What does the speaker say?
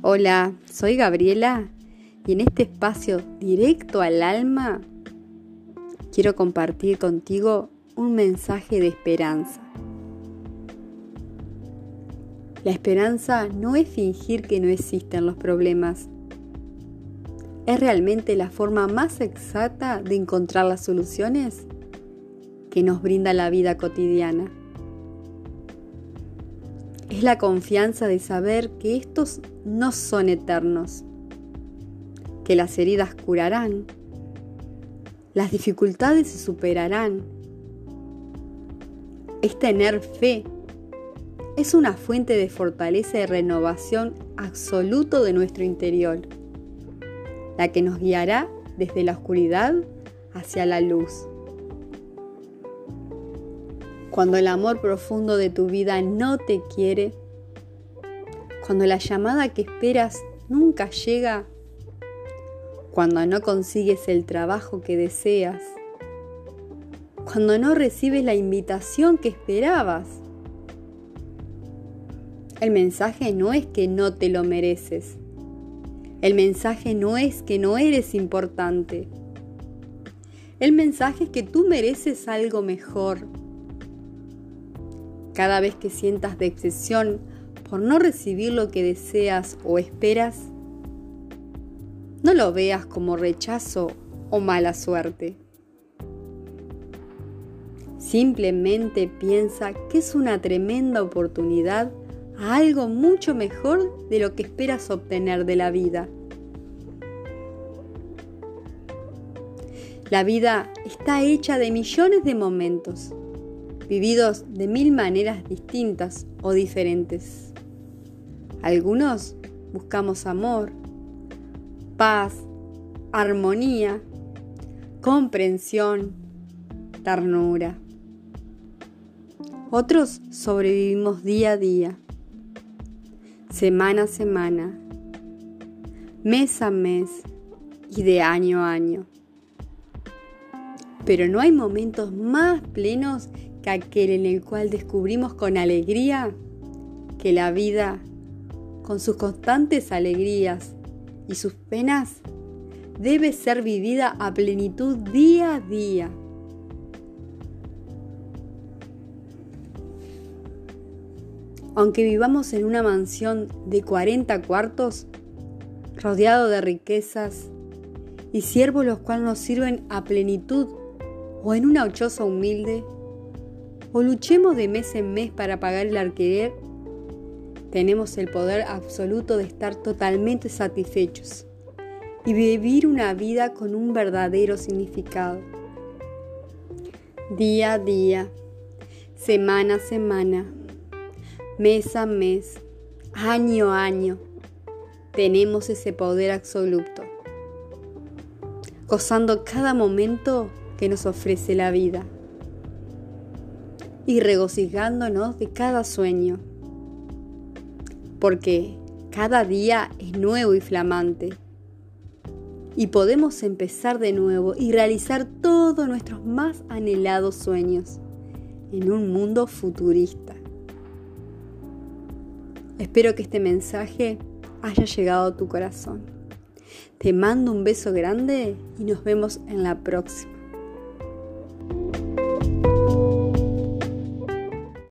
Hola, soy Gabriela y en este espacio directo al alma quiero compartir contigo un mensaje de esperanza. La esperanza no es fingir que no existen los problemas. Es realmente la forma más exacta de encontrar las soluciones que nos brinda la vida cotidiana. Es la confianza de saber que estos no son eternos, que las heridas curarán, las dificultades se superarán. Es tener fe, es una fuente de fortaleza y renovación absoluto de nuestro interior, la que nos guiará desde la oscuridad hacia la luz. Cuando el amor profundo de tu vida no te quiere, cuando la llamada que esperas nunca llega, cuando no consigues el trabajo que deseas, cuando no recibes la invitación que esperabas, el mensaje no es que no te lo mereces. El mensaje no es que no eres importante. El mensaje es que tú mereces algo mejor. Cada vez que sientas decepción por no recibir lo que deseas o esperas, no lo veas como rechazo o mala suerte. Simplemente piensa que es una tremenda oportunidad a algo mucho mejor de lo que esperas obtener de la vida. La vida está hecha de millones de momentos, vividos de 1000 maneras distintas o diferentes. Algunos buscamos amor, paz, armonía, comprensión, ternura. Otros sobrevivimos día a día, semana a semana, mes a mes y de año a año. Pero no hay momentos más plenos que aquel en el cual descubrimos con alegría que la vida, con sus constantes alegrías y sus penas, debe ser vivida a plenitud día a día. Aunque vivamos en una mansión de 40 cuartos, rodeado de riquezas y siervos los cuales nos sirven a plenitud, o en una choza humilde, o luchemos de mes en mes para pagar el alquiler, tenemos el poder absoluto de estar totalmente satisfechos y vivir una vida con un verdadero significado. Día a día, semana a semana, mes a mes, año a año, tenemos ese poder absoluto, gozando cada momento que nos ofrece la vida y regocijándonos de cada sueño, porque cada día es nuevo y flamante y podemos empezar de nuevo y realizar todos nuestros más anhelados sueños en un mundo futurista. Espero que este mensaje haya llegado a tu corazón. Te mando un beso grande y nos vemos en la próxima.